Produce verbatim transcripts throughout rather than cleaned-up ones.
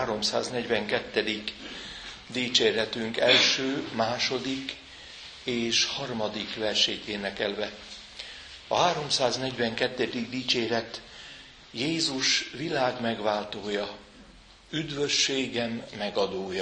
háromszáznegyvenkettedik dicséretünk első, második és harmadik versét énekelve. A háromszáznegyvenkettedik dicséret Jézus világ megváltója, üdvösségem megadója.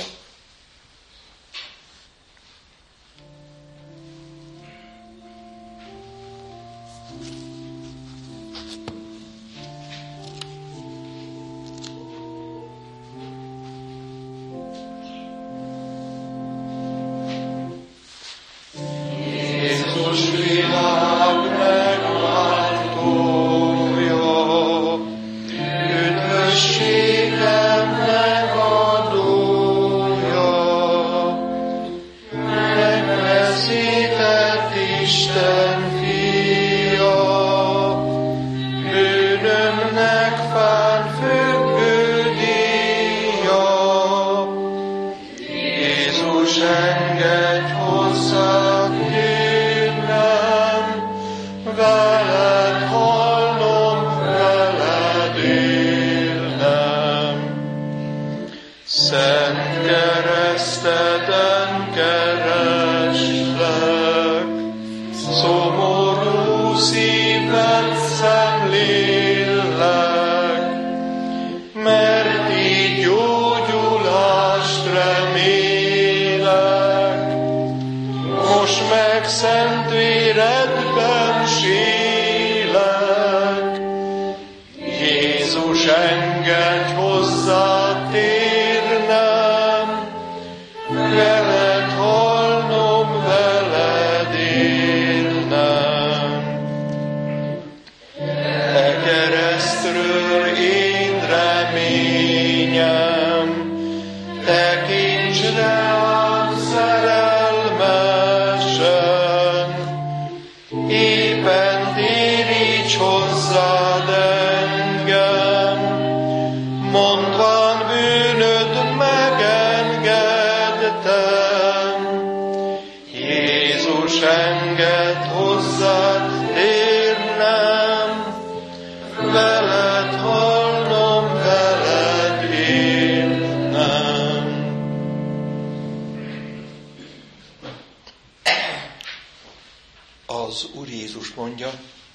Az Úr Jézus mondja,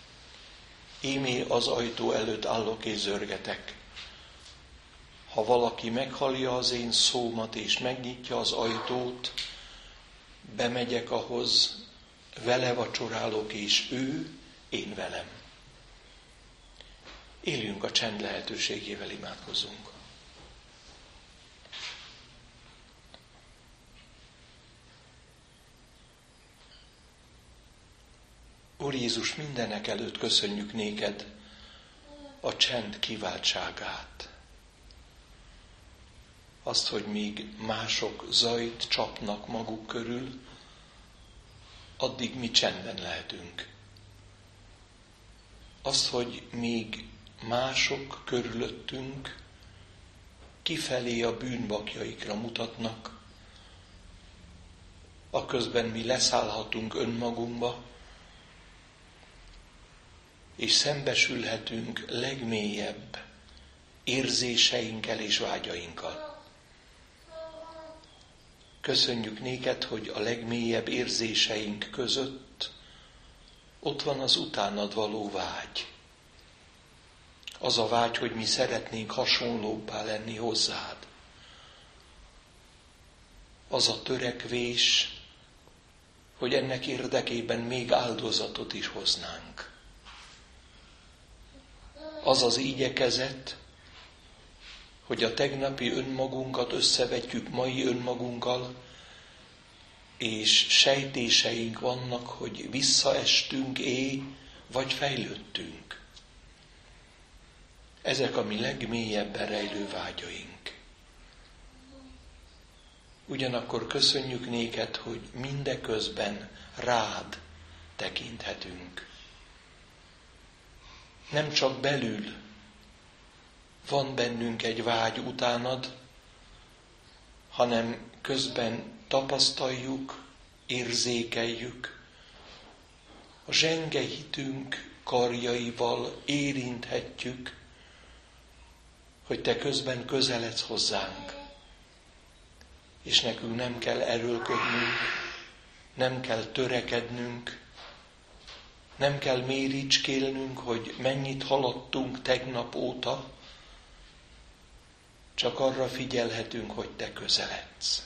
ímé az ajtó előtt állok és zörgetek. Ha valaki meghallja az én szómat és megnyitja az ajtót, bemegyek ahhoz, vele vacsorálok, és ő, én velem. Éljünk a csend lehetőségével, imádkozzunk. Úr Jézus, mindenek előtt köszönjük néked a csend kiváltságát. Azt, hogy míg mások zajt csapnak maguk körül, addig mi csendben lehetünk. Azt, hogy míg mások körülöttünk kifelé a bűnbakjaikra mutatnak, aközben mi leszállhatunk önmagunkba, és szembesülhetünk legmélyebb érzéseinkkel és vágyainkkal. Köszönjük néked, hogy a legmélyebb érzéseink között ott van az utánad való vágy. Az a vágy, hogy mi szeretnénk hasonlóbbá lenni hozzád. Az a törekvés, hogy ennek érdekében még áldozatot is hoznánk. Az az igyekezet, hogy a tegnapi önmagunkat összevetjük mai önmagunkkal, és sejtéseink vannak, hogy visszaestünk-é, vagy fejlődtünk. Ezek a mi legmélyebben rejlő vágyaink. Ugyanakkor köszönjük néked, hogy mindeközben rád tekinthetünk. Nem csak belül van bennünk egy vágy utánad, hanem közben tapasztaljuk, érzékeljük, a zsenge hitünk karjaival érinthetjük, hogy te közben közeledsz hozzánk, és nekünk nem kell erőlködnünk, nem kell törekednünk, nem kell méricskélnünk, hogy mennyit haladtunk tegnap óta, csak arra figyelhetünk, hogy te közeledsz.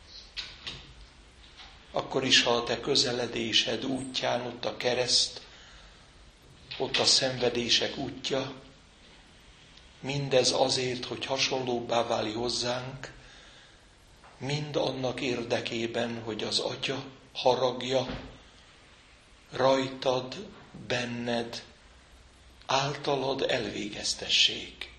Akkor is, ha a te közeledésed útján, ott a kereszt, ott a szenvedések útja, mindez azért, hogy hasonlóbbá válj hozzánk, mind annak érdekében, hogy az Atya haragja rajtad, benned, általad elvégeztessék.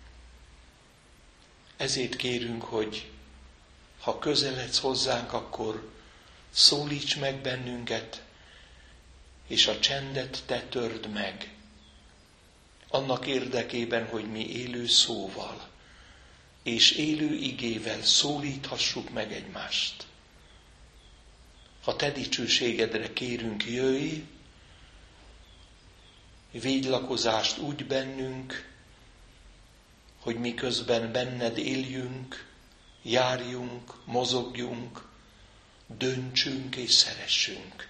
Ezért kérünk, hogy ha közeledsz hozzánk, akkor szólíts meg bennünket, és a csendet te törd meg, annak érdekében, hogy mi élő szóval és élő igével szólíthassuk meg egymást. Ha te dicsőségedre kérünk, jöjj, védj lakozást úgy bennünk, hogy miközben benned éljünk, járjunk, mozogjunk, döntsünk és szeressünk.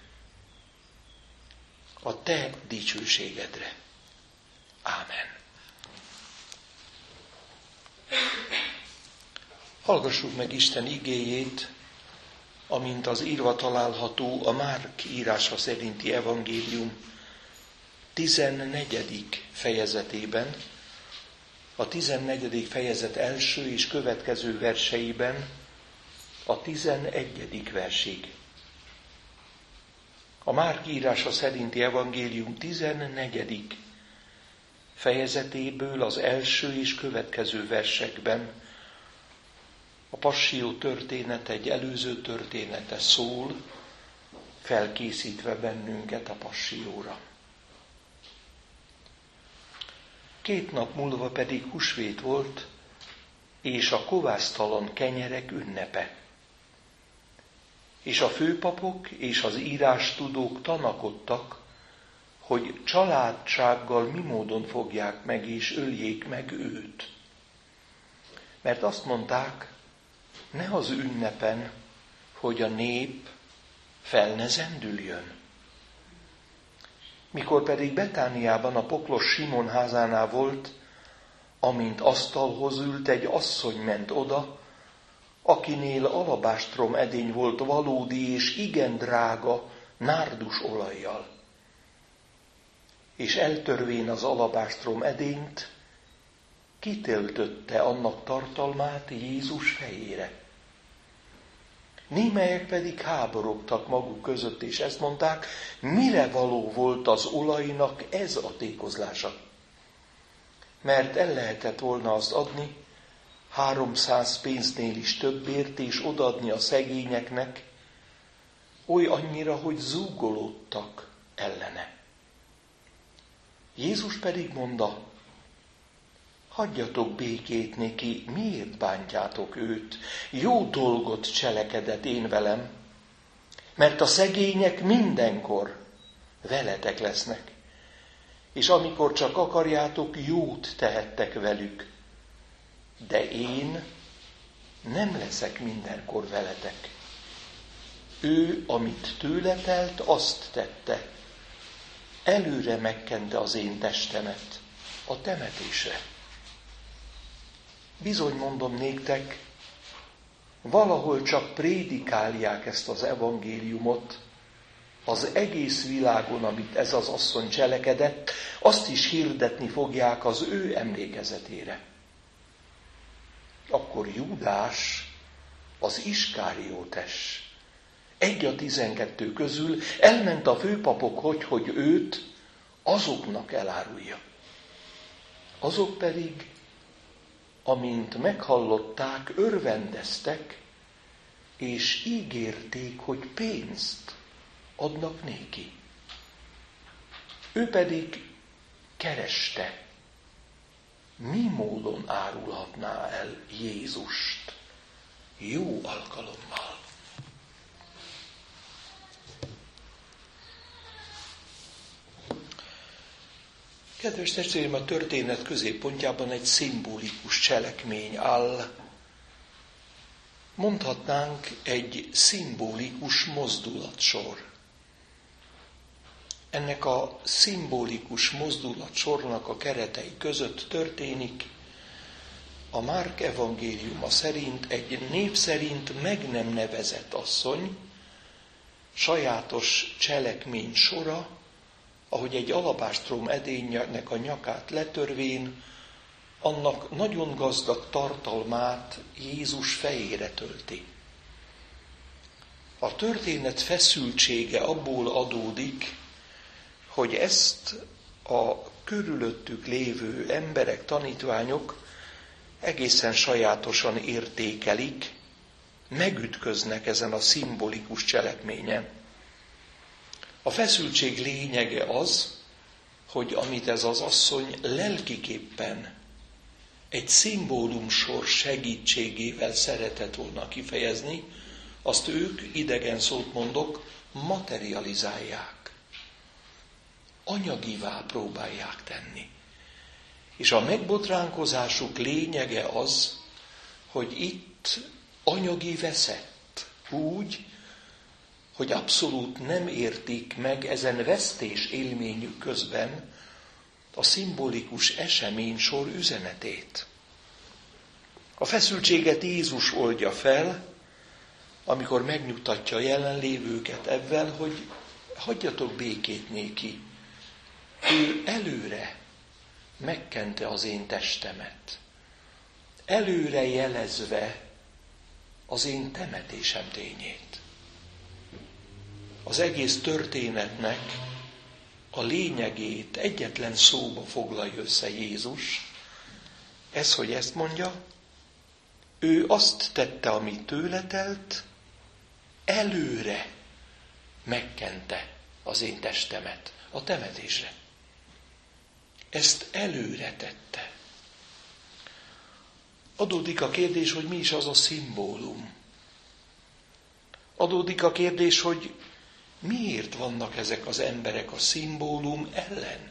A te dicsőségedre. Ámen. Hallgassuk meg Isten igéjét, amint az írva található a Márk írása szerinti evangélium tizennegyedik fejezetében, a tizennegyedik fejezet első és következő verseiben a tizenegyedik versig. A Márk írása szerinti evangélium tizennegyedik fejezetéből az első és következő versekben a passzió történet egy előző története szól, felkészítve bennünket a passzióra. Két nap múlva pedig húsvét volt, és a kovásztalan kenyerek ünnepe. És a főpapok és az írástudók tanakodtak, hogy családsággal mi módon fogják meg és öljék meg őt. Mert azt mondták, ne az ünnepen, hogy a nép fel ne zendüljön. Mikor pedig Betániában a poklos Simon házánál volt, amint asztalhoz ült, egy asszony ment oda, akinél alabástrom edény volt valódi és igen drága nárdus olajjal. És eltörvén az alabástrom edényt, kitöltötte annak tartalmát Jézus fejére. Némelyek pedig háborogtak maguk között, és ezt mondták, mire való volt az olajnak ez a tékozlása. Mert el lehetett volna azt adni, háromszáz pénznél is többért, és odaadni a szegényeknek, oly annyira, hogy zúgolódtak ellene. Jézus pedig mondta, hagyjatok békét néki, miért bántjátok őt? Jó dolgot cselekedett én velem, mert a szegények mindenkor veletek lesznek, és amikor csak akarjátok, jót tehettek velük. De én nem leszek mindenkor veletek. Ő, amit tőle telt, azt tette. Előre megkente az én testemet a temetésre. Bizony mondom néktek, valahol csak prédikálják ezt az evangéliumot, az egész világon, amit ez az asszony cselekedett, azt is hirdetni fogják az ő emlékezetére. Akkor Júdás, az Iskáriótes, egy a tizenkettő közül elment a főpapok, hogy, hogy őt azoknak elárulja. Azok pedig, amint meghallották, örvendeztek, és ígérték, hogy pénzt adnak néki. Ő pedig kereste, mi módon árulhatná el Jézust jó alkalommal. Kedves testvéreim, a történet középpontjában egy szimbolikus cselekmény áll. Mondhatnánk egy szimbolikus mozdulatsor. Ennek a szimbolikus mozdulatsornak a keretei között történik a Márk evangéliuma szerint egy név szerint meg nem nevezett asszony sajátos cselekmény sora, ahogy egy alabástrom edénynek a nyakát letörvén, annak nagyon gazdag tartalmát Jézus fejére tölti. A történet feszültsége abból adódik, hogy ezt a körülöttük lévő emberek, tanítványok egészen sajátosan értékelik, megütköznek ezen a szimbolikus cselekményen. A feszültség lényege az, hogy amit ez az asszony lelkiképpen egy szimbólumsor segítségével szeretett volna kifejezni, azt ők, idegen szót mondok, materializálják. Anyagivá próbálják tenni. És a megbotránkozásuk lényege az, hogy itt anyagi veszett úgy, hogy abszolút nem értik meg ezen vesztés élményük közben a szimbolikus eseménysor üzenetét. A feszültséget Jézus oldja fel, amikor megnyugtatja a jelenlévőket ebben, hogy hagyjatok békét néki. Ő előre megkente az én testemet, előre jelezve az én temetésem tényét. Az egész történetnek a lényegét egyetlen szóba foglalja össze Jézus. Ez, hogy ezt mondja, ő azt tette, amit tőle telt, előre megkente az én testemet a temetésre. Ezt előre tette. Adódik a kérdés, hogy mi is az a szimbólum. Adódik a kérdés, hogy miért vannak ezek az emberek a szimbólum ellen?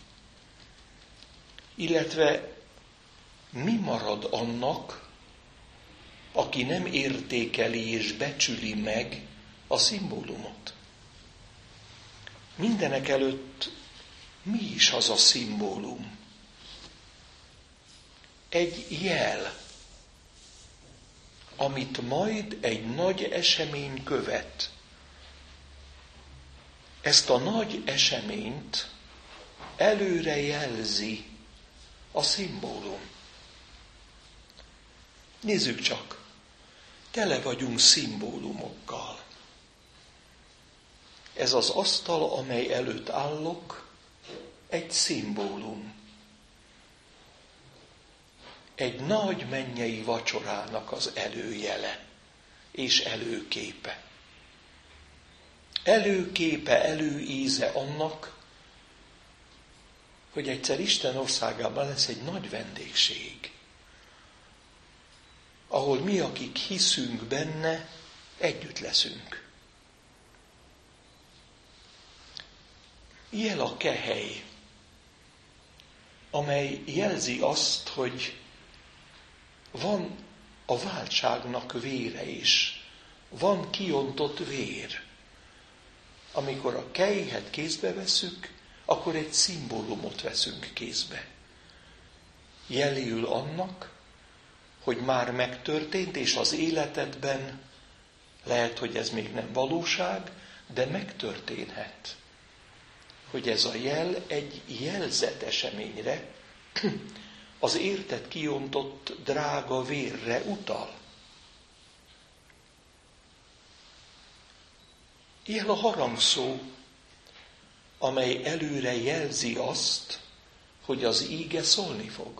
Illetve mi marad annak, aki nem értékeli és becsüli meg a szimbólumot? Mindenek előtt mi is az a szimbólum? Egy jel, amit majd egy nagy esemény követ. Ezt a nagy eseményt előre jelzi a szimbólum. Nézzük csak, tele vagyunk szimbólumokkal. Ez az asztal, amely előtt állok, egy szimbólum. Egy nagy mennyei vacsorának az előjele és előképe. Előképe, előíze annak, hogy egyszer Isten országában lesz egy nagy vendégség, ahol mi, akik hiszünk benne, együtt leszünk. Jel a kehely, amely jelzi azt, hogy van a váltságnak vére is, van kiontott vér. Amikor a kelyhet kézbe veszük, akkor egy szimbólumot veszünk kézbe. Jeléül annak, hogy már megtörtént, és az életedben lehet, hogy ez még nem valóság, de megtörténhet. Hogy ez a jel egy jelzett eseményre, az érted kiontott drága vérre utal. Jel a harangszó, amely előre jelzi azt, hogy az íge szólni fog.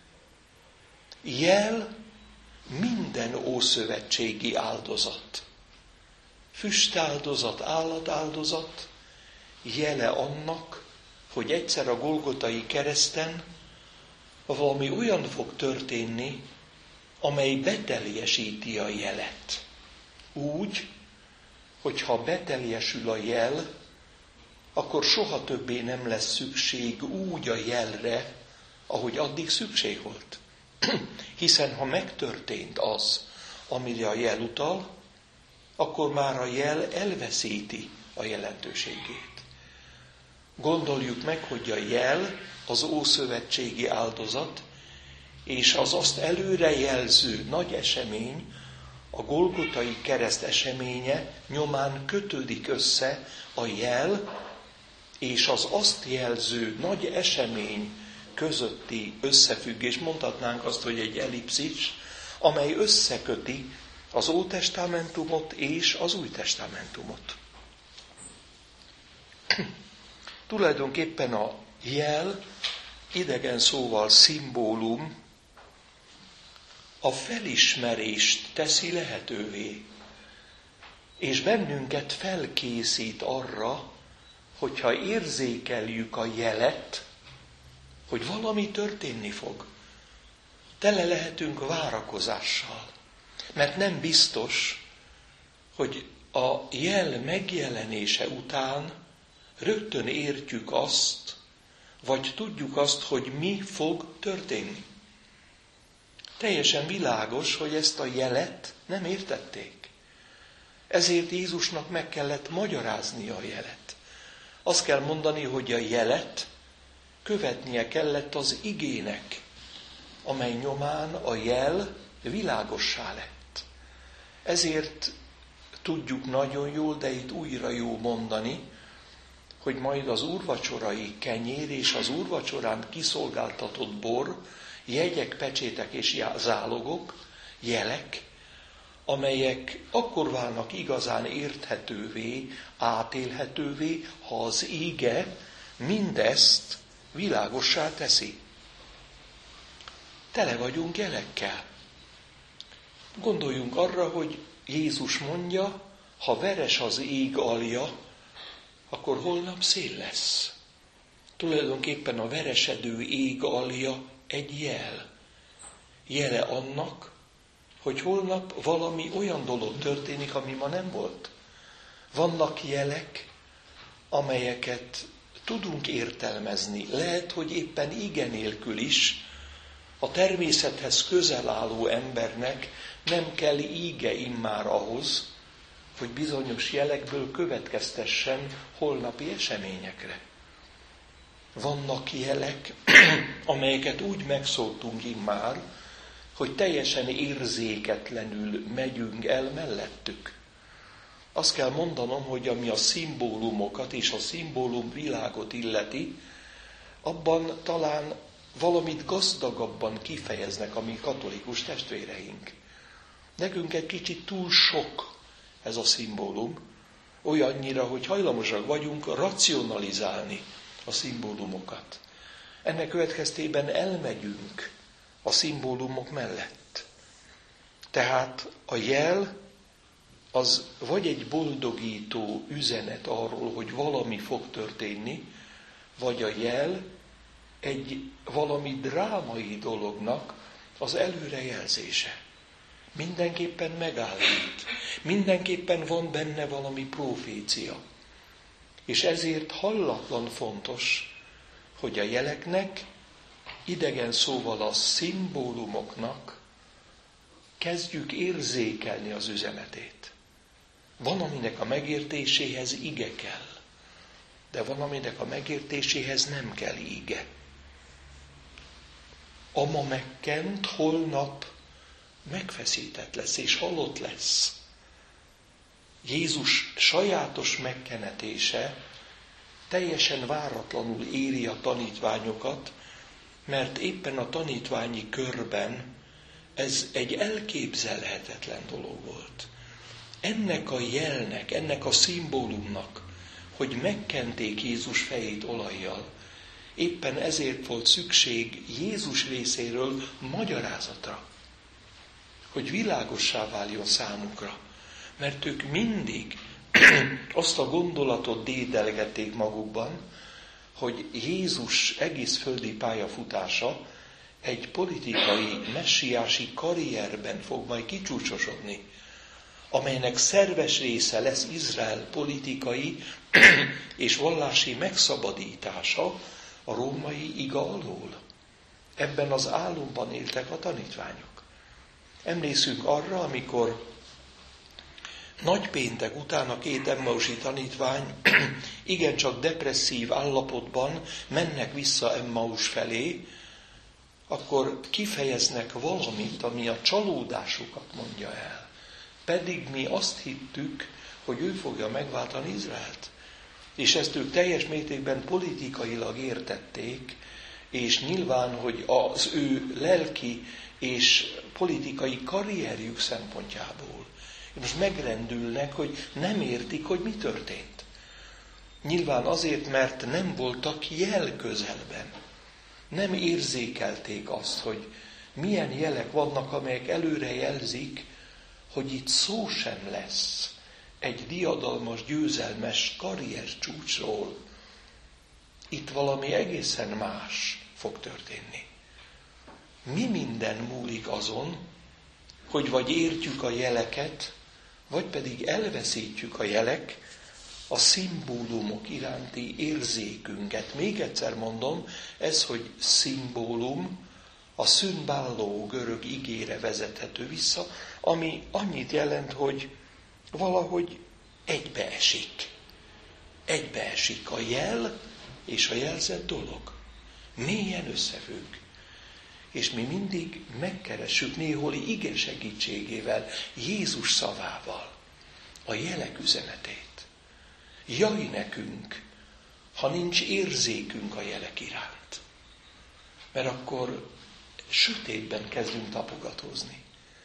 Jel minden ószövetségi áldozat. Füstáldozat, állatáldozat, jele annak, hogy egyszer a Golgotai kereszten valami olyan fog történni, amely beteljesíti a jelet. Úgy, hogyha beteljesül a jel, akkor soha többé nem lesz szükség úgy a jelre, ahogy addig szükség volt. Hiszen ha megtörtént az, amire a jel utal, akkor már a jel elveszíti a jelentőségét. Gondoljuk meg, hogy a jel az ószövetségi áldozat, és az azt előrejelző nagy esemény, a Golgotai kereszt eseménye nyomán kötődik össze a jel és az azt jelző nagy esemény közötti összefüggés, mondhatnánk azt, hogy egy ellipszis, amely összeköti az Ótestamentumot és az Újtestamentumot. Tulajdonképpen a jel, idegen szóval szimbólum, a felismerést teszi lehetővé, és bennünket felkészít arra, hogyha érzékeljük a jelet, hogy valami történni fog. Tele lehetünk várakozással, mert nem biztos, hogy a jel megjelenése után rögtön értjük azt, vagy tudjuk azt, hogy mi fog történni. Teljesen világos, hogy ezt a jelet nem értették. Ezért Jézusnak meg kellett magyaráznia a jelet. Azt kell mondani, hogy a jelet követnie kellett az igének, amely nyomán a jel világossá lett. Ezért tudjuk nagyon jól, de itt újra jó mondani, hogy majd az úrvacsorai kenyér és az úrvacsorán kiszolgáltatott bor, jegyek, pecsétek és zálogok, jelek, amelyek akkor válnak igazán érthetővé, átélhetővé, ha az íge mindezt világossá teszi. Tele vagyunk jelekkel. Gondoljunk arra, hogy Jézus mondja, ha veres az ég alja, akkor holnap szél lesz. Tulajdonképpen a veresedő ég alja egy jel. Jele annak, hogy holnap valami olyan dolog történik, ami ma nem volt. Vannak jelek, amelyeket tudunk értelmezni. Lehet, hogy éppen ige nélkül is a természethez közel álló embernek nem kell íge immár ahhoz, hogy bizonyos jelekből következtessen holnapi eseményekre. Vannak jelek, amelyeket úgy megszóltunk immár, hogy teljesen érzéketlenül megyünk el mellettük. Azt kell mondanom, hogy ami a szimbólumokat és a szimbólum világot illeti, abban talán valamit gazdagabban kifejeznek a mi katolikus testvéreink. Nekünk egy kicsit túl sok ez a szimbólum, olyannyira, hogy hajlamosak vagyunk racionalizálni a szimbólumokat. Ennek következtében elmegyünk a szimbólumok mellett. Tehát a jel az vagy egy boldogító üzenet arról, hogy valami fog történni, vagy a jel egy valami drámai dolognak az előrejelzése. Mindenképpen megállít. Mindenképpen van benne valami profécia. És ezért hallatlan fontos, hogy a jeleknek, idegen szóval a szimbólumoknak kezdjük érzékelni az üzenetét. Van, aminek a megértéséhez ige kell, de van, aminek a megértéséhez nem kell ige. Ama megkent, holnap megfeszített lesz és halott lesz. Jézus sajátos megkenetése teljesen váratlanul éri a tanítványokat, mert éppen a tanítványi körben ez egy elképzelhetetlen dolog volt. Ennek a jelnek, ennek a szimbólumnak, hogy megkenték Jézus fejét olajjal, éppen ezért volt szükség Jézus részéről magyarázatra, hogy világossá váljon számukra, mert ők mindig azt a gondolatot dédelgették magukban, hogy Jézus egész földi pályafutása egy politikai, messiási karrierben fog majd kicsúcsosodni, amelynek szerves része lesz Izrael politikai és vallási megszabadítása a római iga alól. Ebben az álomban éltek a tanítványok. Emlékszünk arra, amikor nagypéntek után a két emmausi tanítvány igencsak depresszív állapotban mennek vissza Emmaus felé, akkor kifejeznek valamit, ami a csalódásukat mondja el. Pedig mi azt hittük, hogy ő fogja megváltani Izraelt. És ezt ők teljes mértékben politikailag értették, és nyilván, hogy az ő lelki és politikai karrierjük szempontjából most megrendülnek, hogy nem értik, hogy mi történt. Nyilván azért, mert nem voltak jel közelben. Nem érzékelték azt, hogy milyen jelek vannak, amelyek előre jelzik, hogy itt szó sem lesz egy diadalmas, győzelmes karrier csúcsról. Itt valami egészen más fog történni. Mi minden múlik azon, hogy vagy értjük a jeleket, vagy pedig elveszítjük a jelek, a szimbólumok iránti érzékünket. Még egyszer mondom, ez, hogy szimbólum, a szünbálló görög igére vezethető vissza, ami annyit jelent, hogy valahogy egybeesik. Egybeesik a jel és a jelzett dolog. Mélyen összefügg. És mi mindig megkeressük néholi ige segítségével, Jézus szavával a jelek üzenetét. Jaj nekünk, ha nincs érzékünk a jelek iránt. Mert akkor sötétben kezdünk tapogatózni.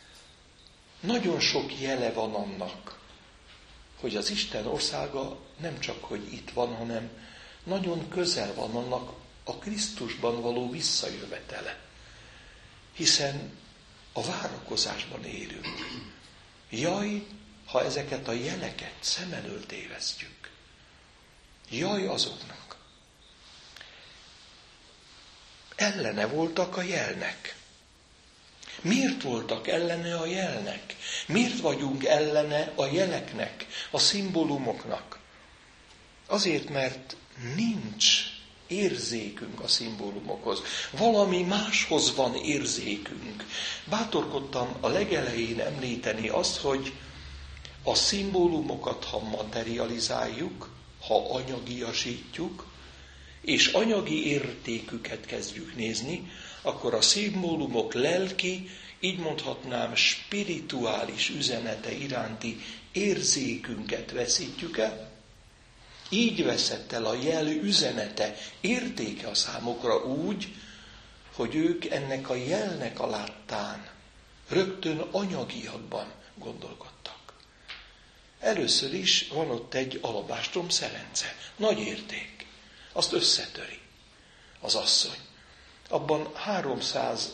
Nagyon sok jele van annak, hogy az Isten országa nem csak, hogy itt van, hanem nagyon közel van annak a Krisztusban való visszajövetele. Hiszen a várakozásban élünk. Jaj, ha ezeket a jeleket szem elől tévesztjük. Jaj azoknak. Ellene voltak a jelnek. Miért voltak ellene a jelnek? Miért vagyunk ellene a jeleknek, a szimbólumoknak? Azért, mert nincs érzékünk a szimbólumokhoz. Valami máshoz van érzékünk. Bátorkodtam a legelején említeni azt, hogy a szimbólumokat, ha materializáljuk, ha anyagiasítjuk, és anyagi értéküket kezdjük nézni, akkor a szimbólumok lelki, így mondhatnám, spirituális üzenete iránti érzékünket veszítjük el. Így veszett el a jel üzenete, értéke a számokra úgy, hogy ők ennek a jelnek a láttán rögtön anyagiakban gondolkodtak. Először is van ott egy alabástrom szerence, nagy érték. Azt összetöri az asszony. Abban háromszáz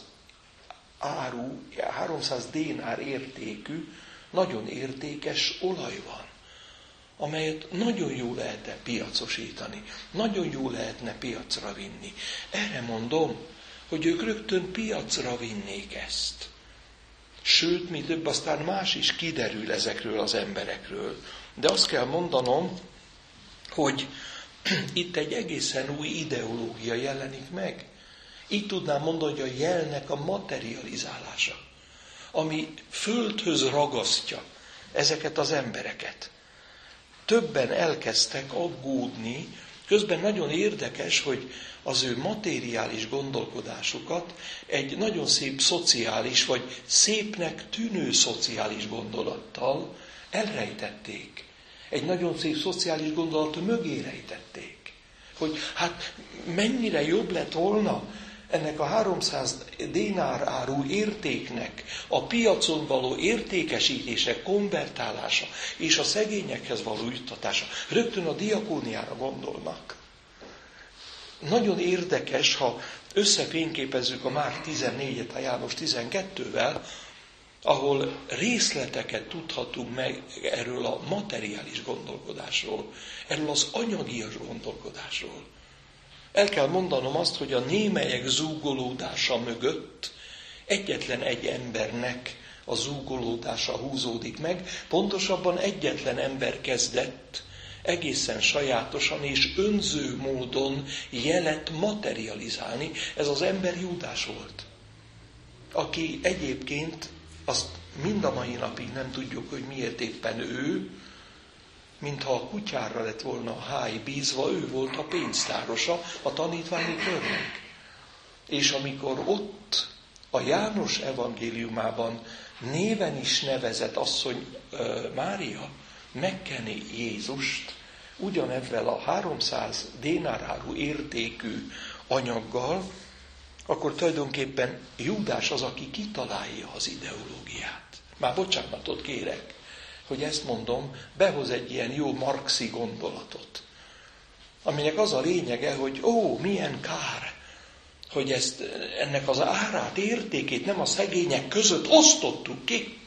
áru, háromszáz dénár értékű, nagyon értékes olaj van, amelyet nagyon jó lehetne piacosítani, nagyon jó lehetne piacra vinni. Erre mondom, hogy ők rögtön piacra vinnék ezt. Sőt, mi több, aztán más is kiderül ezekről az emberekről. De azt kell mondanom, hogy itt egy egészen új ideológia jelenik meg. Így tudnám mondani, hogy a jelnek a materializálása, ami földhöz ragasztja ezeket az embereket. Többen elkezdtek aggódni, közben nagyon érdekes, hogy az ő materiális gondolkodásukat egy nagyon szép szociális, vagy szépnek tűnő szociális gondolattal elrejtették. Egy nagyon szép szociális gondolat mögé rejtették. Hogy hát mennyire jobb lett volna ennek a háromszáz dénár áru értéknek a piacon való értékesítése, konvertálása és a szegényekhez való juttatása. Rögtön a diakóniára gondolnak. Nagyon érdekes, ha összefényképezzük a Márk tizennégyet a János tizenkettővel, ahol részleteket tudhatunk meg erről a materiális gondolkodásról, erről az anyagias gondolkodásról. El kell mondanom azt, hogy a némelyek zúgolódása mögött egyetlen egy embernek a zúgolódása húzódik meg. Pontosabban egyetlen ember kezdett egészen sajátosan és önző módon jelet materializálni. Ez az ember Júdás volt, aki egyébként azt mind a mai napig nem tudjuk, hogy miért éppen ő, mintha a kutyára lett volna a háj bízva, ő volt a pénztárosa a tanítványi körnek. És amikor ott a János evangéliumában néven is nevezett asszony uh, Mária megkeni Jézust, ugyanebben a háromszáz dénáráru értékű anyaggal, akkor tulajdonképpen Júdás az, aki kitalálja az ideológiát. Már bocsánatot kérek, hogy ezt mondom, behoz egy ilyen jó marxi gondolatot, aminek az a lényege, hogy ó, milyen kár, hogy ezt, ennek az árát, értékét nem a szegények között osztottuk ki.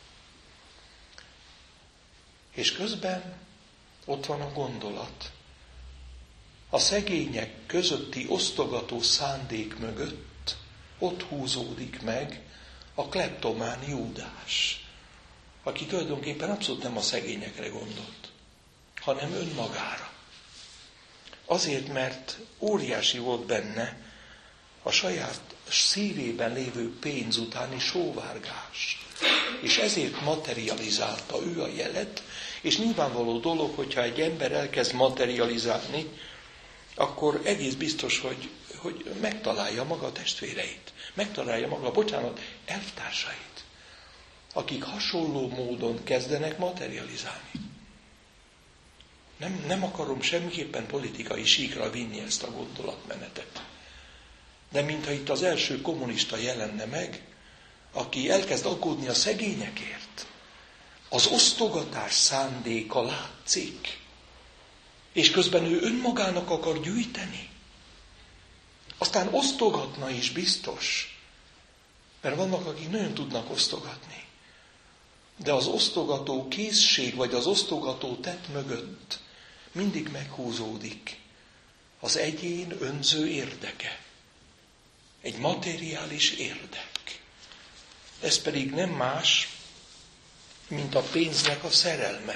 És közben ott van a gondolat. A szegények közötti osztogató szándék mögött ott húzódik meg a kleptomán Júdás, aki tulajdonképpen abszolút nem a szegényekre gondolt, hanem önmagára. Azért, mert óriási volt benne a saját szívében lévő pénz utáni sóvárgás. És ezért materializálta ő a jelet, és nyilvánvaló dolog, hogyha egy ember elkezd materializálni, akkor egész biztos, hogy, hogy megtalálja maga a testvéreit, megtalálja maga, bocsánat, elvtársait, akik hasonló módon kezdenek materializálni. Nem, nem akarom semmiképpen politikai síkra vinni ezt a gondolatmenetet. De mintha itt az első kommunista jelenne meg, aki elkezd aggódni a szegényekért, az osztogatás szándéka látszik, és közben ő önmagának akar gyűjteni. Aztán osztogatna is biztos, mert vannak, akik nagyon tudnak osztogatni. De az osztogató készség, vagy az osztogató tett mögött mindig meghúzódik az egyén önző érdeke. Egy materiális érdek. Ez pedig nem más, mint a pénznek a szerelme.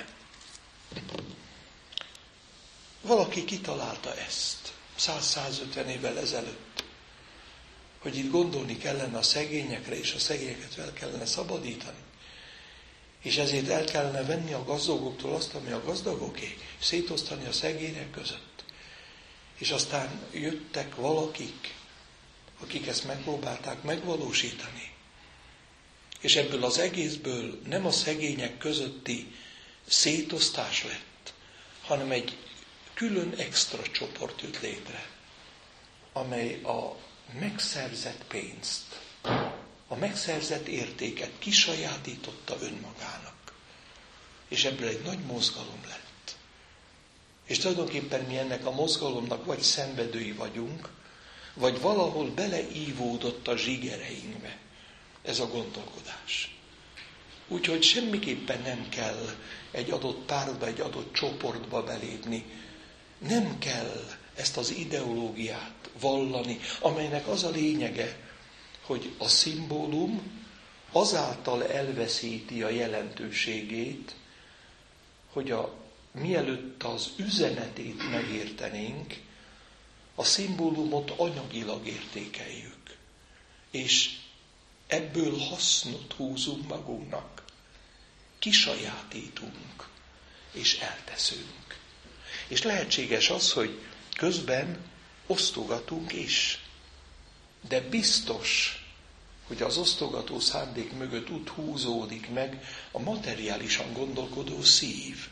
Valaki kitalálta ezt száz-százötven évvel ezelőtt, hogy itt gondolni kellene a szegényekre, és a szegényeket fel kellene szabadítani. És ezért el kellene venni a gazdagoktól azt, ami a gazdagoké, és szétosztani a szegények között. És aztán jöttek valakik, akik ezt megpróbálták megvalósítani. És ebből az egészből nem a szegények közötti szétosztás lett, hanem egy külön extra csoport jött létre, amely a megszerzett pénzt, a megszerzett értéket kisajátította önmagának. És ebből egy nagy mozgalom lett. És tulajdonképpen mi ennek a mozgalomnak vagy szenvedői vagyunk, vagy valahol beleívódott a zsigereinkbe ez a gondolkodás. Úgyhogy semmiképpen nem kell egy adott pártba, egy adott csoportba belépni. Nem kell ezt az ideológiát vallani, amelynek az a lényege, hogy a szimbólum azáltal elveszíti a jelentőségét, hogy a, mielőtt az üzenetét megértenénk, a szimbólumot anyagilag értékeljük. És ebből hasznot húzunk magunknak, kisajátítunk és elteszünk. És lehetséges az, hogy közben osztogatunk is. De biztos, hogy az osztogató szándék mögött úgy húzódik meg a materiálisan gondolkodó szív.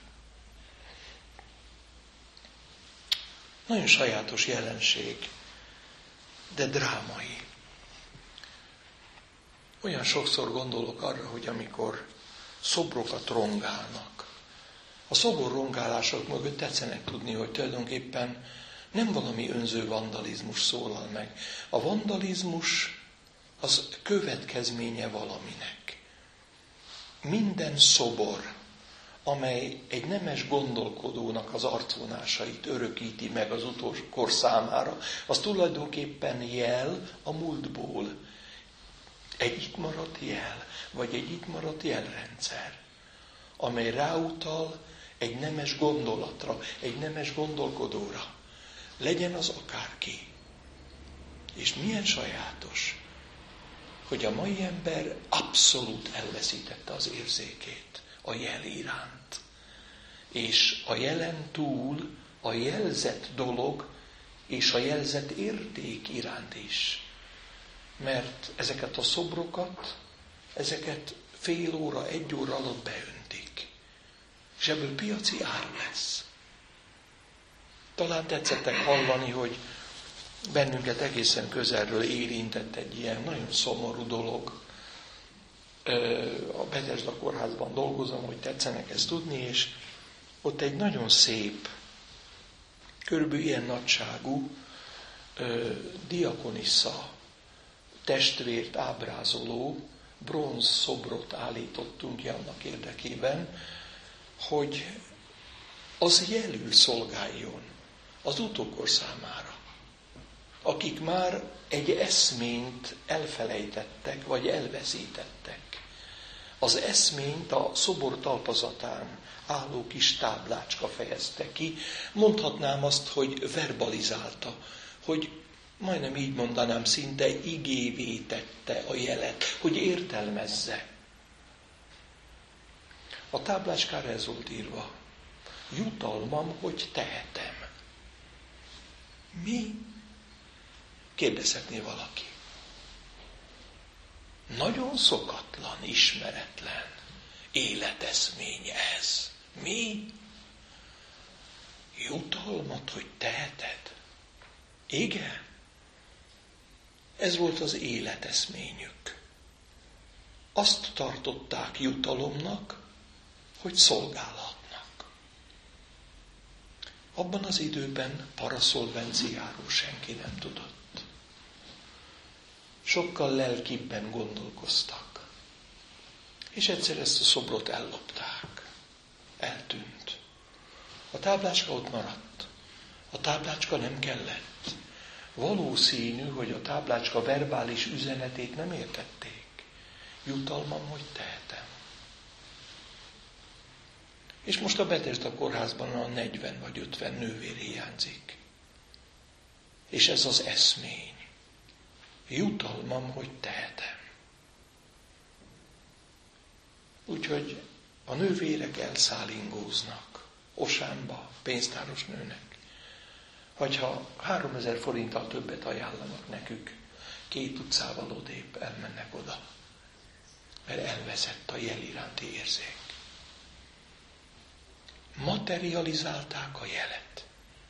Nagyon sajátos jelenség, de drámai. Olyan sokszor gondolok arra, hogy amikor szobrokat rongálnak, a szobor rongálások mögött tetszenek tudni, hogy tulajdonképpen nem valami önző vandalizmus szólal meg. A vandalizmus az következménye valaminek. Minden szobor, amely egy nemes gondolkodónak az arcvonásait örökíti meg az utókor számára, az tulajdonképpen jel a múltból. Egy itt maradt jel, vagy egy itt maradt jelrendszer, amely ráutal egy nemes gondolatra, egy nemes gondolkodóra. Legyen az akárki. És milyen sajátos, hogy a mai ember abszolút elveszítette az érzékét a jel iránt. És a jelen túl a jelzett dolog és a jelzett érték iránt is. Mert ezeket a szobrokat, ezeket fél óra, egy óra alatt beöntik. És ebből piaci ár lesz. Talán tetszettek hallani, hogy bennünket egészen közelről érintett egy ilyen nagyon szomorú dolog. A Bethesda kórházban dolgozom, hogy tetszenek ezt tudni, és ott egy nagyon szép, körülbelül ilyen nagyságú diakonissza testvért ábrázoló bronz szobrot állítottunk ki annak érdekében, hogy az jelül szolgáljon az utókor számára, akik már egy eszményt elfelejtettek, vagy elveszítettek. Az eszményt a szobor talpazatán álló kis táblácska fejezte ki. Mondhatnám azt, hogy verbalizálta, hogy majdnem így mondanám, szinte igévé tette a jelet, hogy értelmezze. A táblácskára ez volt írva: jutalmam, hogy tehetem. Mi? Kérdezhetné valaki. Nagyon szokatlan, ismeretlen életeszmény ez. Mi? Jutalmat, hogy teheted? Igen. Ez volt az életeszményük. Azt tartották jutalomnak, hogy szolgálhatnak. Abban az időben paraszolvenciáról senki nem tudott. Sokkal lelkibben gondolkoztak. És egyszer ezt a szobrot ellopták. Eltűnt. A táblácska ott maradt. A táblácska nem kellett. Valószínű, hogy a táblácska verbális üzenetét nem értették. Jutalmam, hogy tehetem. És most a Bethesda kórházban a negyven vagy ötven nővér hiányzik. És ez az eszmény. Jutalmam, hogy tehetem. Úgyhogy a nővérek elszálingóznak Osánba, pénztáros nőnek. Hogyha háromezer forinttal többet ajánlanak nekük, két utcával odébb elmennek oda. Mert elveszett a jel iránti érzék. Materializálták a jelet.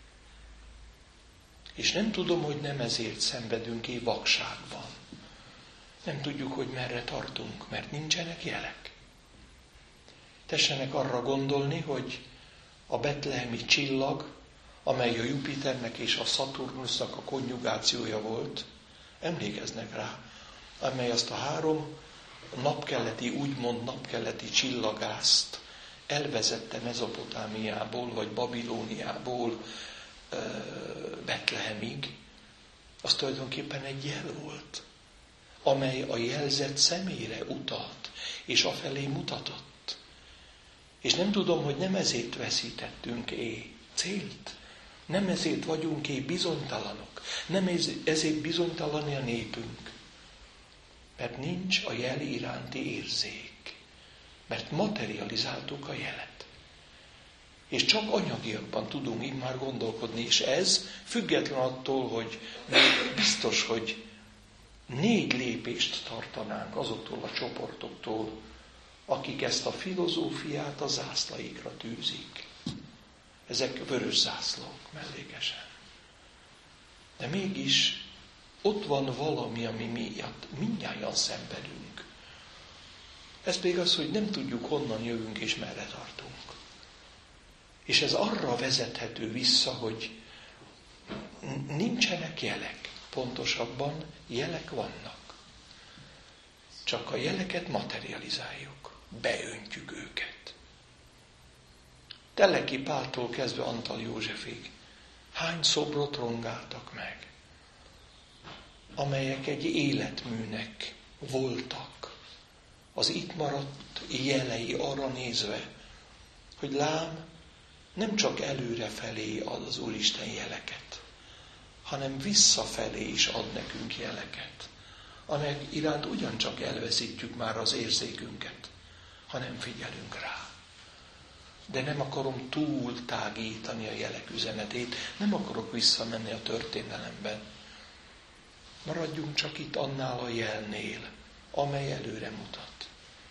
És nem tudom, hogy nem ezért szenvedünk-e vakságban. Nem tudjuk, hogy merre tartunk, mert nincsenek jelek. Tessenek arra gondolni, hogy a betlehemi csillag, amely a Jupiternek és a Saturnusnak a konjugációja volt, emlékeznek rá, amely azt a három napkeleti, úgymond napkeleti csillagászt elvezette Mezopotámiából, vagy Babilóniából Betlehemig, az tulajdonképpen egy jel volt, amely a jelzett személyre utalt, és afelé mutatott. És nem tudom, hogy nem ezért veszítettünk-é célt, nem ezért vagyunk-é bizonytalanok, nem ezért bizonytalan a népünk, mert nincs a jel iránti érzék, mert materializáltuk a jelet. És csak anyagiakban tudunk immár gondolkodni, és ez független attól, hogy biztos, hogy négy lépést tartanánk azoktól a csoportoktól, akik ezt a filozófiát a zászlaikra tűzik. Ezek vörös zászlók mellékesen. De mégis ott van valami, ami miatt mindnyájan szenvedünk. Ez pedig az, hogy nem tudjuk, honnan jövünk és merre tartunk. És ez arra vezethető vissza, hogy nincsenek jelek. Pontosabban jelek vannak. Csak a jeleket materializáljuk. Beöntjük őket. Teleki Páltól kezdve Antal Józsefig hány szobrot rongáltak meg, amelyek egy életműnek voltak. Az itt maradt jelei arra nézve, hogy lám, nem csak előrefelé ad az Úristen jeleket, hanem visszafelé is ad nekünk jeleket, amelyek iránt ugyancsak elveszítjük már az érzékünket, ha nem figyelünk rá. De nem akarom túl tágítani a jelek üzenetét, nem akarok visszamenni a történelemben. Maradjunk csak itt annál a jelnél, amely előre mutat.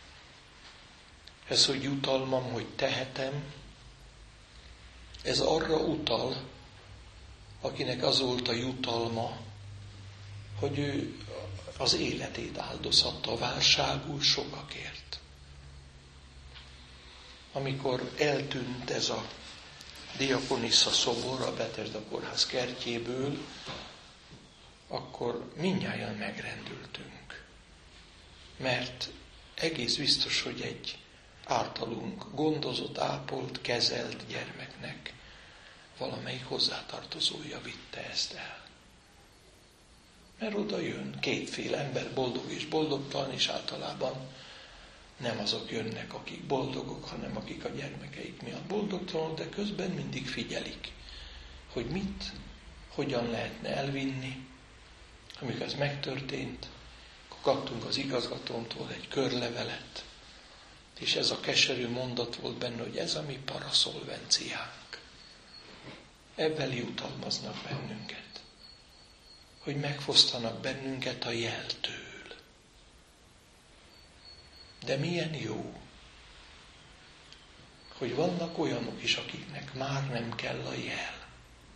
Ez, hogy jutalmam, hogy tehetem, ez arra utal, akinek az volt a jutalma, hogy ő az életét áldozhatta válságul sokakért. Amikor eltűnt ez a diakonisza szobor a Betesda kórház kertjéből, akkor mindnyájan megrendültünk. Mert egész biztos, hogy egy általunk gondozott, ápolt, kezelt gyermeknek valamelyik hozzátartozója vitte ezt el. Mert oda jön kétféle ember, boldog és boldogtalan, és általában nem azok jönnek, akik boldogok, hanem akik a gyermekeik miatt boldogtalanok, de közben mindig figyelik, hogy mit, hogyan lehetne elvinni. Amikor ez megtörtént, akkor kaptunk az igazgatómtól egy körlevelet, és ez a keserű mondat volt benne, hogy ez a mi paraszolvenciánk. Ebben jutalmaznak bennünket, hogy megfosztanak bennünket a jeltől. De milyen jó, hogy vannak olyanok is, akiknek már nem kell a jel.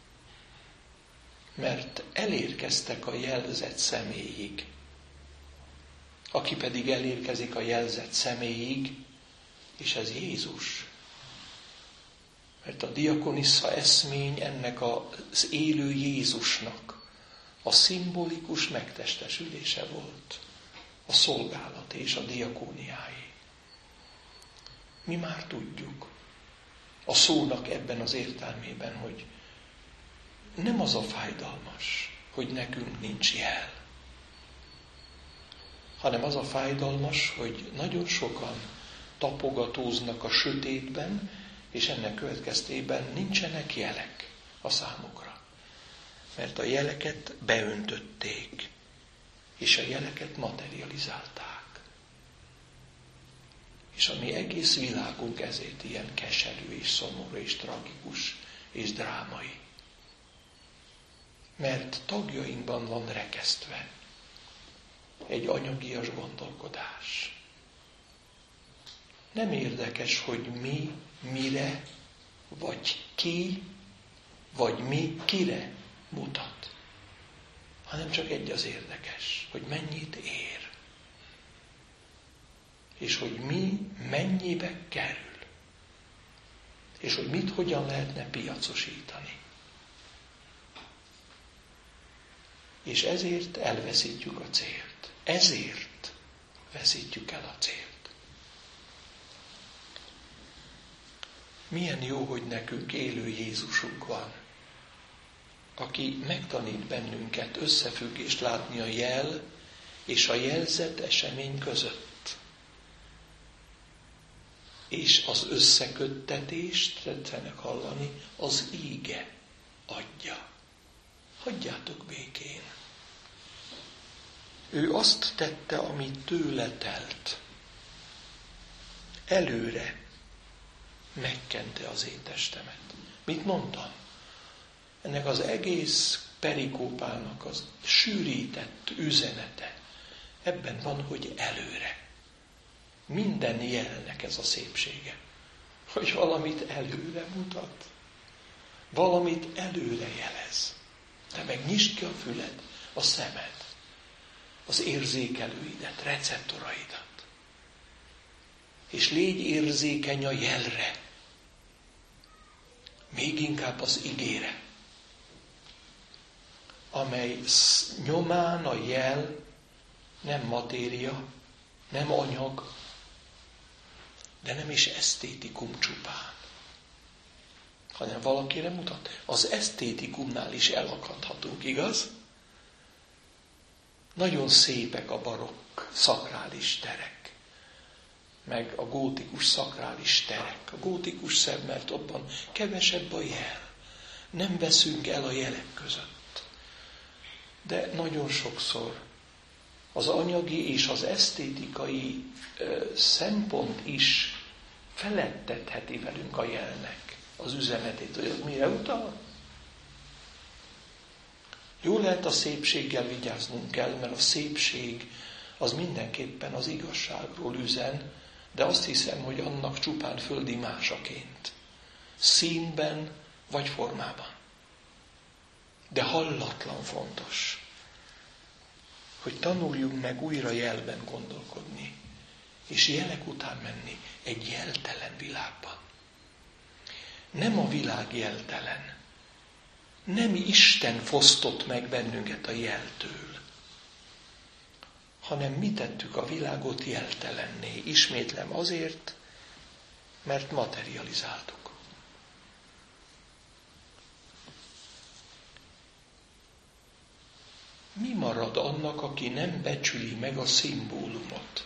Mert elérkeztek a jelzett személyig. Aki pedig elérkezik a jelzett személyig, és ez Jézus. Mert a diakonisza eszmény ennek az élő Jézusnak a szimbolikus megtestesülése volt. A szolgálat és a diakóniái. Mi már tudjuk a szónak ebben az értelmében, hogy nem az a fájdalmas, hogy nekünk nincs jel, hanem az a fájdalmas, hogy nagyon sokan tapogatóznak a sötétben, és ennek következtében nincsenek jelek a számukra. Mert a jeleket beöntötték, és a jeleket materializálták. És a mi egész világunk ezért ilyen keserű és szomorú és tragikus és drámai. Mert tagjainkban van rekesztve egy anyagias gondolkodás. Nem érdekes, hogy mi, mire, vagy ki, vagy mi, kire mutat. Hanem csak egy az érdekes, hogy mennyit ér. És hogy mi mennyibe kerül. És hogy mit hogyan lehetne piacosítani. És ezért elveszítjük a célt. Ezért veszítjük el a célt. Milyen jó, hogy nekünk élő Jézusunk van, aki megtanít bennünket összefüggést látni a jel és a jelzett esemény között. És az összeköttetést, tetszenek hallani, az íge adja. Hagyjátok békén. Ő azt tette, ami tőle telt. Előre megkente az én testemet. Mit mondtam? Ennek az egész perikópának az sűrített üzenete ebben van, hogy előre. Minden jelnek ez a szépsége. Hogy valamit előre mutat. Valamit előre jelez. Te meg nyisd ki a füled, a szemed, az érzékelőidet, receptoraidat. És légy érzékeny a jelre. Még inkább az igére, amely nyomán a jel nem matéria, nem anyag, de nem is esztétikum csupán, hanem valakire mutat. Az esztétikumnál is elakadhatunk, igaz? Nagyon szépek a barokk szakrális terek, meg a gótikus szakrális terek. A gótikus szebb, mert abban kevesebb a jel. Nem veszünk el a jelek között. De nagyon sokszor az anyagi és az esztétikai ö, szempont is felettetheti velünk a jelnek az üzenetét, hogy az mire utal. Jó lehet, a szépséggel vigyáznunk kell, mert a szépség az mindenképpen az igazságról üzen, de azt hiszem, hogy annak csupán földi másaként. Színben vagy formában. De hallatlan fontos, hogy tanuljunk meg újra jelben gondolkodni, és jelek után menni egy jeltelen világban. Nem a világ jeltelen. Nem Isten fosztott meg bennünket a jeltől, hanem mi tettük a világot jeltelenné. Ismétlem azért, mert materializáltuk. Mi marad annak, aki nem becsüli meg a szimbólumot?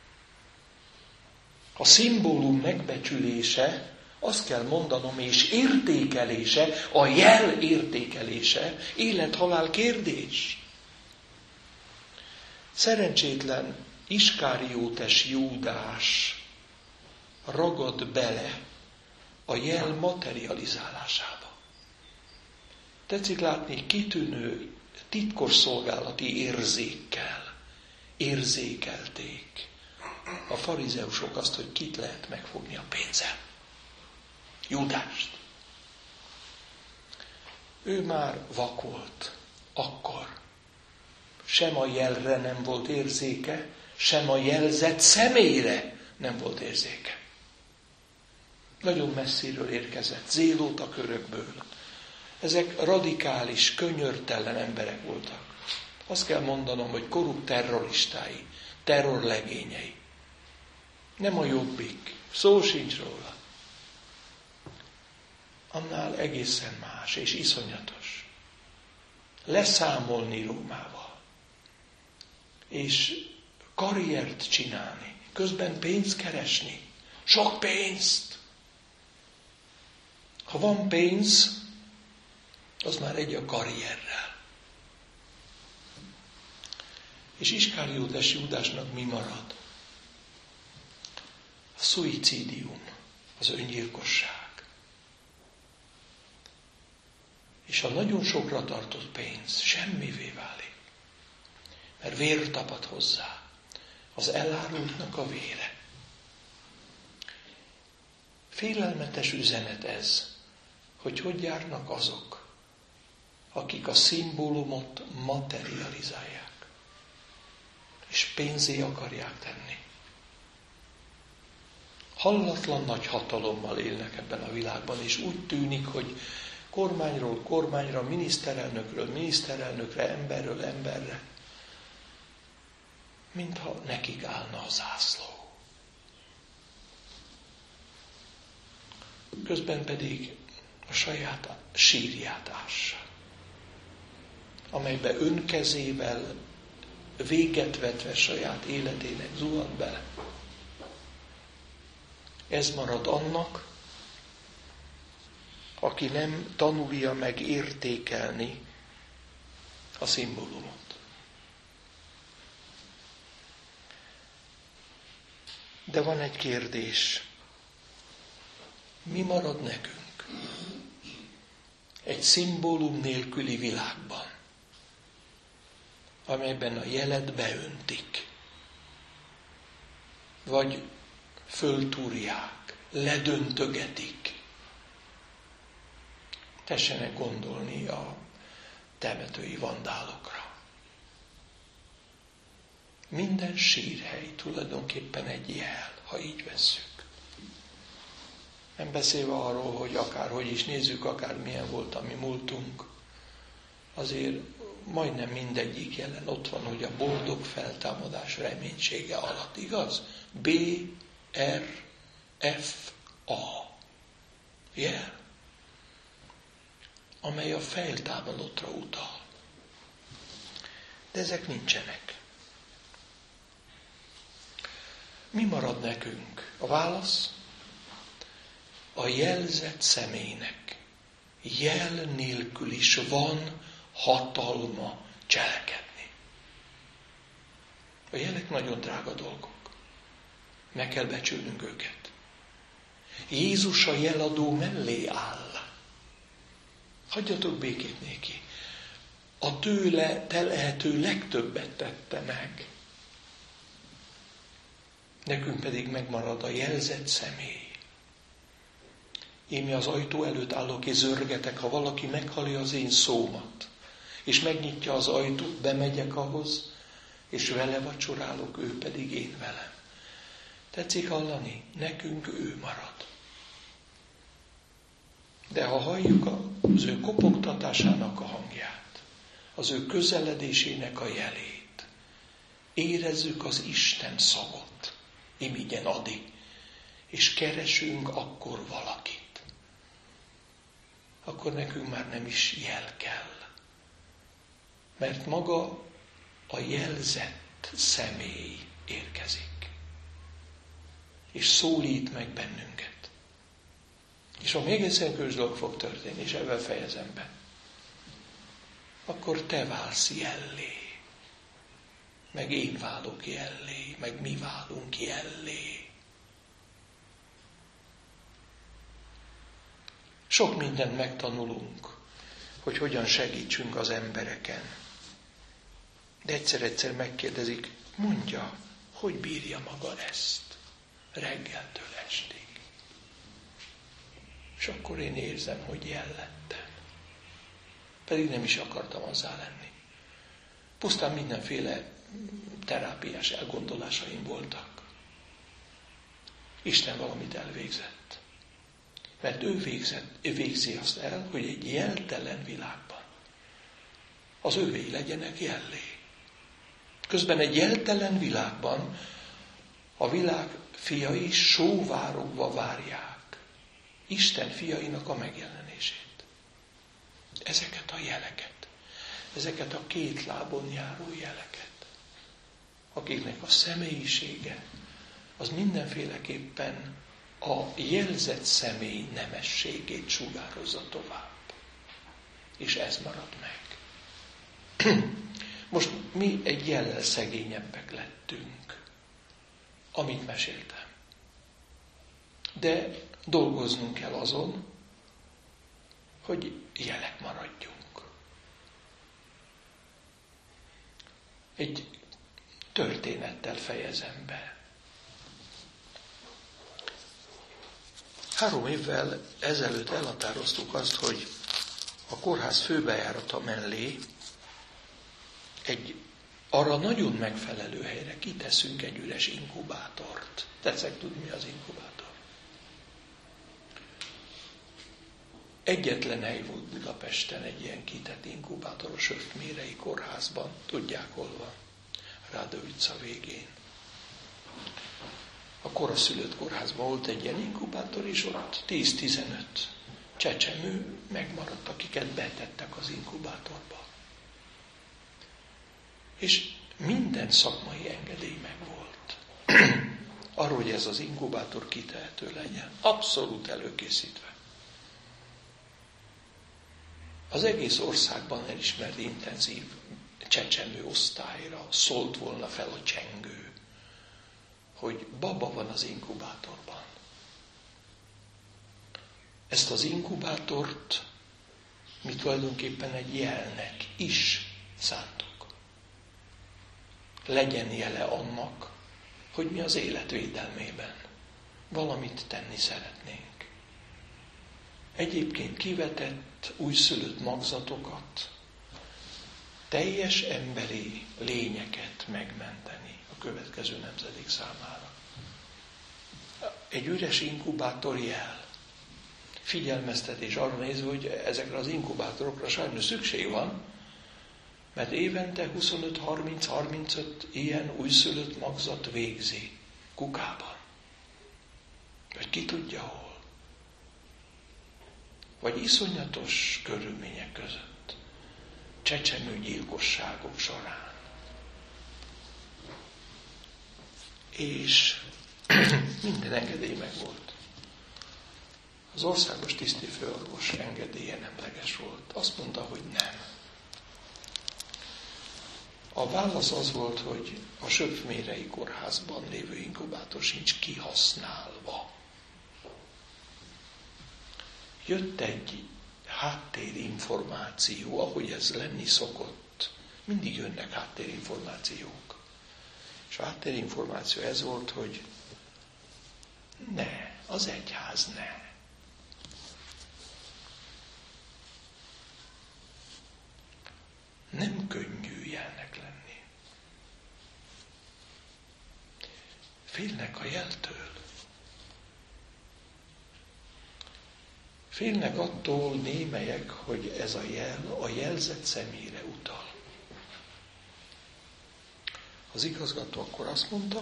A szimbólum megbecsülése, azt kell mondanom, és értékelése, a jel értékelése, élet-halál kérdés. Szerencsétlen Iskáriótes Júdás ragad bele a jel materializálásába. Tetszik látni, kitűnő, titkos szolgálati érzékkel érzékelték a farizeusok azt, hogy kit lehet megfogni a pénzzel. Júdást. Ő már vak volt akkor. Sem a jelre nem volt érzéke, sem a jelzett személyre nem volt érzéke. Nagyon messziről érkezett, zélóta körökből. Ezek radikális, könyörtelen emberek voltak. Azt kell mondanom, hogy korrupt terroristái, terrorlegényei. Nem a jobbik, szó sincs róla. Annál egészen más és iszonyatos. Leszámolni Rómával. És karriert csinálni. Közben pénzt keresni. Sok pénzt. Ha van pénz, az már egy a karrierrel. És Iskáriótes Júdásnak mi marad? A szuicidium, az öngyilkosság. És a nagyon sokra tartott pénz semmivé válik. Mert vér tapad hozzá. Az elárultnak a vére. Félelmetes üzenet ez, hogy hogy járnak azok, akik a szimbólumot materializálják. És pénzé akarják tenni. Hallatlan nagy hatalommal élnek ebben a világban, és úgy tűnik, hogy kormányról kormányra, miniszterelnökről miniszterelnökre, emberről emberre, mintha nekik állna a zászló. Közben pedig a saját sírját ássa, amelybe önkezével véget vetve saját életének zuhant bele. Ez marad annak, aki nem tanulja meg értékelni a szimbólumot. De van egy kérdés. Mi marad nekünk egy szimbólum nélküli világban, amelyben a jelet beöntik, vagy föltúrják, ledöntögetik? Tessenek gondolni a temetői vandálokra. Minden sírhely tulajdonképpen egy jel, ha így vesszük. Nem beszélve arról, hogy akárhogy is nézzük, akár milyen volt a mi múltunk, azért majdnem mindegyik jelen ott van, hogy a boldog feltámadás reménysége alatt, igaz? B, R, F, A. Jel. Amely a feltámadottra utal. De ezek nincsenek. Mi marad nekünk? A válasz? A jelzett személynek jel nélkül is van hatalma cselekedni. A jelek nagyon drága dolgok. Meg kell becsülnünk őket. Jézus a jeladó mellé áll. Hagyjatok békét néki. A tőle telhető legtöbbet tette meg. Nekünk pedig megmarad a jelzett személy. Én mi az ajtó előtt állok és zörgetek, ha valaki meghallja az én szómat, és megnyitja az ajtót, bemegyek ahhoz, és vele vacsorálok, ő pedig én velem. Tetszik hallani? Nekünk ő marad. De ha halljuk az ő kopogtatásának a hangját, az ő közeledésének a jelét, érezzük az Isten szagot, imigyen Adi, és keresünk akkor valakit, akkor nekünk már nem is jel kell. Mert maga a jelzett személy érkezik, és szólít meg bennünket. És ha még egy szentkönyves dolog fog történni, és ebben fejezem be, akkor te válsz jellé, meg én válok jellé, meg mi válunk jellé. Sok mindent megtanulunk, hogy hogyan segítsünk az embereken. De egyszer-egyszer megkérdezik, mondja, hogy bírja maga ezt reggeltől estig. És akkor én érzem, hogy jellettem. Pedig nem is akartam azzá lenni. Pusztán mindenféle terápiás elgondolásaim voltak. Isten valamit elvégzett. Mert ő, végzett, ő végzi azt el, hogy egy jeltelen világban az övéi legyenek jellé. Közben egy jeltelen világban a világ fiai sóvárogva várják Isten fiainak a megjelenését. Ezeket a jeleket, ezeket a két lábon járó jeleket, akiknek a személyisége az mindenféleképpen a jelzett személy nemességét sugározza tovább. És ez marad meg. Most mi egy jellel szegényebbek lettünk, amit meséltem. De dolgoznunk kell azon, hogy jelek maradjunk. Egy történettel fejezem be. Három évvel ezelőtt elhatároztuk azt, hogy a kórház főbejárata mellé egy arra nagyon megfelelő helyre kiteszünk egy üres inkubátort. Tetszek tudni, mi az inkubátor? Egyetlen hely volt Budapesten egy ilyen kitett inkubátor a Söftmérei kórházban. Tudják, hol van? Ráda utca végén. A koraszülött kórházban volt egy ilyen inkubátor, és ott tíz-tizenöt csecsemő megmaradt, akiket betettek az inkubátorba. És minden szakmai engedély megvolt. Arról, hogy ez az inkubátor kitehető legyen. Abszolút előkészítve. Az egész országban elismert intenzív csecsemő osztályra szólt volna fel a csengő, hogy baba van az inkubátorban. Ezt az inkubátort mi tulajdonképpen egy jelnek is szántuk. Legyen jele annak, hogy mi az élet védelmében valamit tenni szeretnénk. Egyébként kivetett, újszülött magzatokat, teljes emberi lényeket megmenteni a következő nemzedék számára. Egy üres inkubátor jel. Figyelmeztetés arra nézve, hogy ezekre az inkubátorokra sajnos szükség van, mert évente huszonöt-harminc-harmincöt ilyen újszülött magzat végzi Kukában. Vagy ki tudja hol. Vagy iszonyatos körülmények között, csecsemőgyilkosságok során. És Minden engedély megvolt. Az országos tisztifőorvos engedélye nemleges volt. Azt mondta, hogy nem. A válasz az volt, hogy a Söpfmérei kórházban lévő inkubátor sincs kihasználva. Jött egy háttérinformáció, ahogy ez lenni szokott. Mindig jönnek háttérinformációk. És a háttérinformáció ez volt, hogy ne, az egyház ne. Nem könnyű ilyennek lenni. Félnek a jeltől. Félnek attól némelyek, hogy ez a jel a jelzett személyre utal. Az igazgató akkor azt mondta,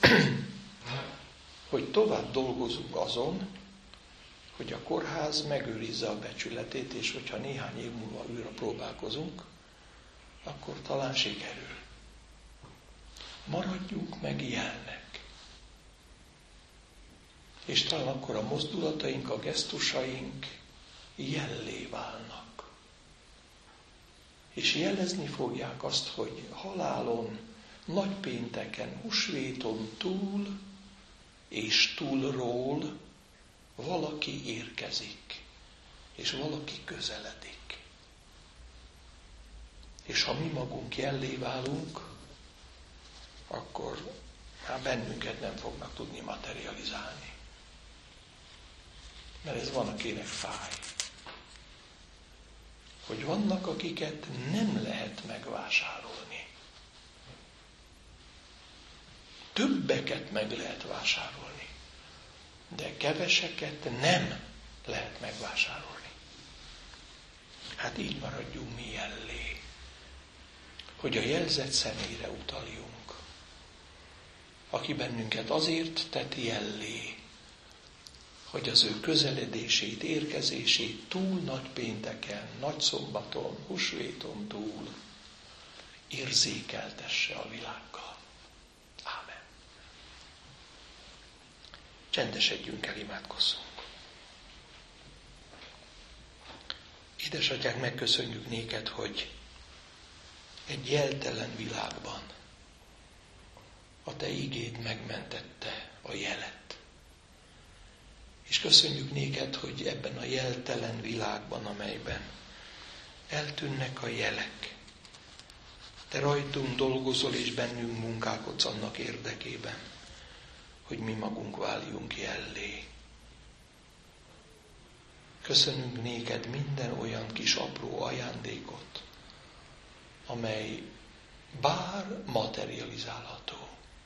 hogy tovább dolgozunk azon, hogy a kórház megőrizze a becsületét, és hogyha néhány év múlva újra próbálkozunk, akkor talán sikerül. Maradjunk meg jelnek. És talán akkor a mozdulataink, a gesztusaink jellé válnak. És jelezni fogják azt, hogy halálon, nagypénteken, húsvéton túl és túlról valaki érkezik, és valaki közeledik. És ha mi magunk jellé válunk, akkor már bennünket nem fognak tudni materializálni. Mert ez van, akinek fáj. Hogy vannak, akiket nem lehet megvásárolni. Többeket meg lehet vásárolni, de keveseket nem lehet megvásárolni. Hát így maradjunk mi jellé, hogy a jelzett személyre utaljunk, aki bennünket azért tett jellé, hogy az ő közeledését, érkezését túl nagy pénteken, nagy szombaton, húsvéton túl érzékeltesse a világgal. Ámen. Csendesedjünk el, imádkozzunk. Édesatyánk, megköszönjük néked, hogy egy jeltelen világban a te igéd megmentette a jelet. És köszönjük néked, hogy ebben a jeltelen világban, amelyben eltűnnek a jelek, te rajtunk dolgozol és bennünk munkálkodsz annak érdekében, hogy mi magunk váljunk jellé. Köszönünk néked minden olyan kis apró ajándékot, amely bár materializálható,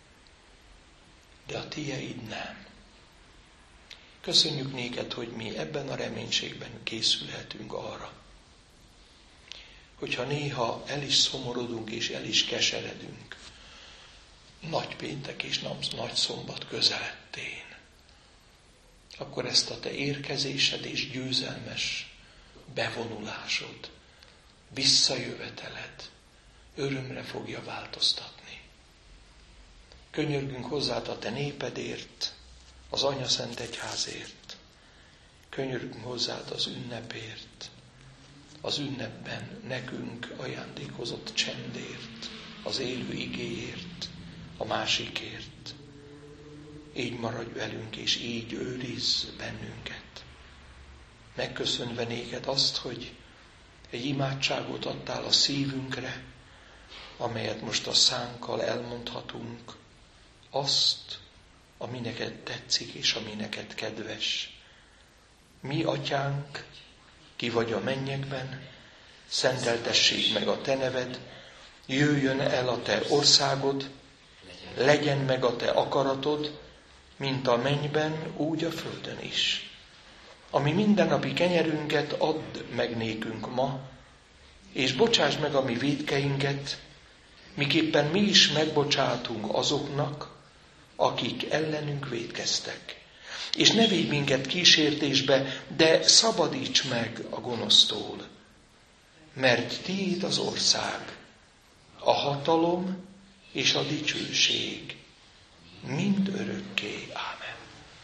de a tieid nem. Köszönjük néked, hogy mi ebben a reménységben készülhetünk arra, hogyha néha el is szomorodunk és el is keseredünk, nagy péntek és nagy szombat közeledtén, akkor ezt a te érkezésed és győzelmes bevonulásod, visszajöveteled örömre fogja változtatni. Könyörgünk hozzád a te népedért, az Anya Szent Egyházért. Könyörgünk hozzád az ünnepért, az ünnepben nekünk ajándékozott csendért, az élő igéért, a másikért. Így maradj velünk, és így őrizz bennünket. Megköszönve néked azt, hogy egy imádságot adtál a szívünkre, amelyet most a szánkkal elmondhatunk, azt, ami neked tetszik, és ami neked kedves. Mi, atyánk, ki vagy a mennyekben, szenteltessék meg a te neved, jöjjön el a te országod, legyen meg a te akaratod, mint a mennyben, úgy a földön is. Ami mindennapi kenyerünket add meg nékünk ma, és bocsáss meg a mi vétkeinket, miképpen mi is megbocsátunk azoknak, akik ellenünk vétkeztek. És ne védj minket kísértésbe, de szabadíts meg a gonosztól. Mert tiéd az ország, a hatalom és a dicsőség mind örökké. Ámen.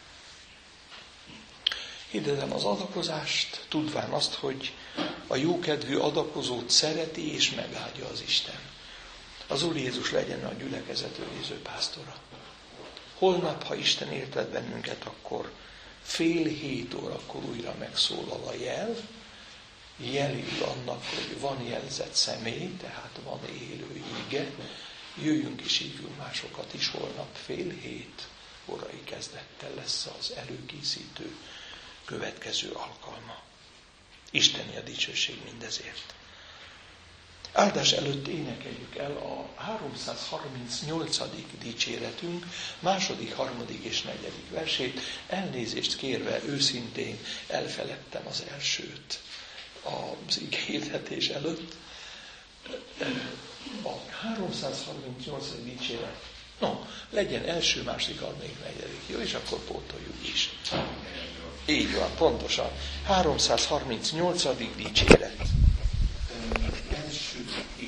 Hirdezem az adakozást, tudván azt, hogy a jókedvű adakozót szereti és megáldja az Isten. Az Úr Jézus legyen a gyülekezet őriző pásztora. Holnap, ha Isten érted bennünket, akkor fél hét órakor újra megszólal a jel, jelül annak, hogy van jelzett személy, tehát van élő ige. Jöjjünk és hívjunk másokat is, holnap fél hét órai kezdettel lesz az előkészítő következő alkalma. Isteni a dicsőség mindezért. Áldás előtt énekeljük el a háromszázharmincnyolcadik dicséretünk második, harmadik és negyedik versét. Elnézést kérve őszintén elfeledtem az elsőt az igehirdetés előtt. A háromszázharmincnyolcadik dicséret, no, legyen első, második, harmadik, negyedik, jó, és akkor pótoljuk is. Így van, pontosan. háromszázharmincnyolcadik dicséret. Első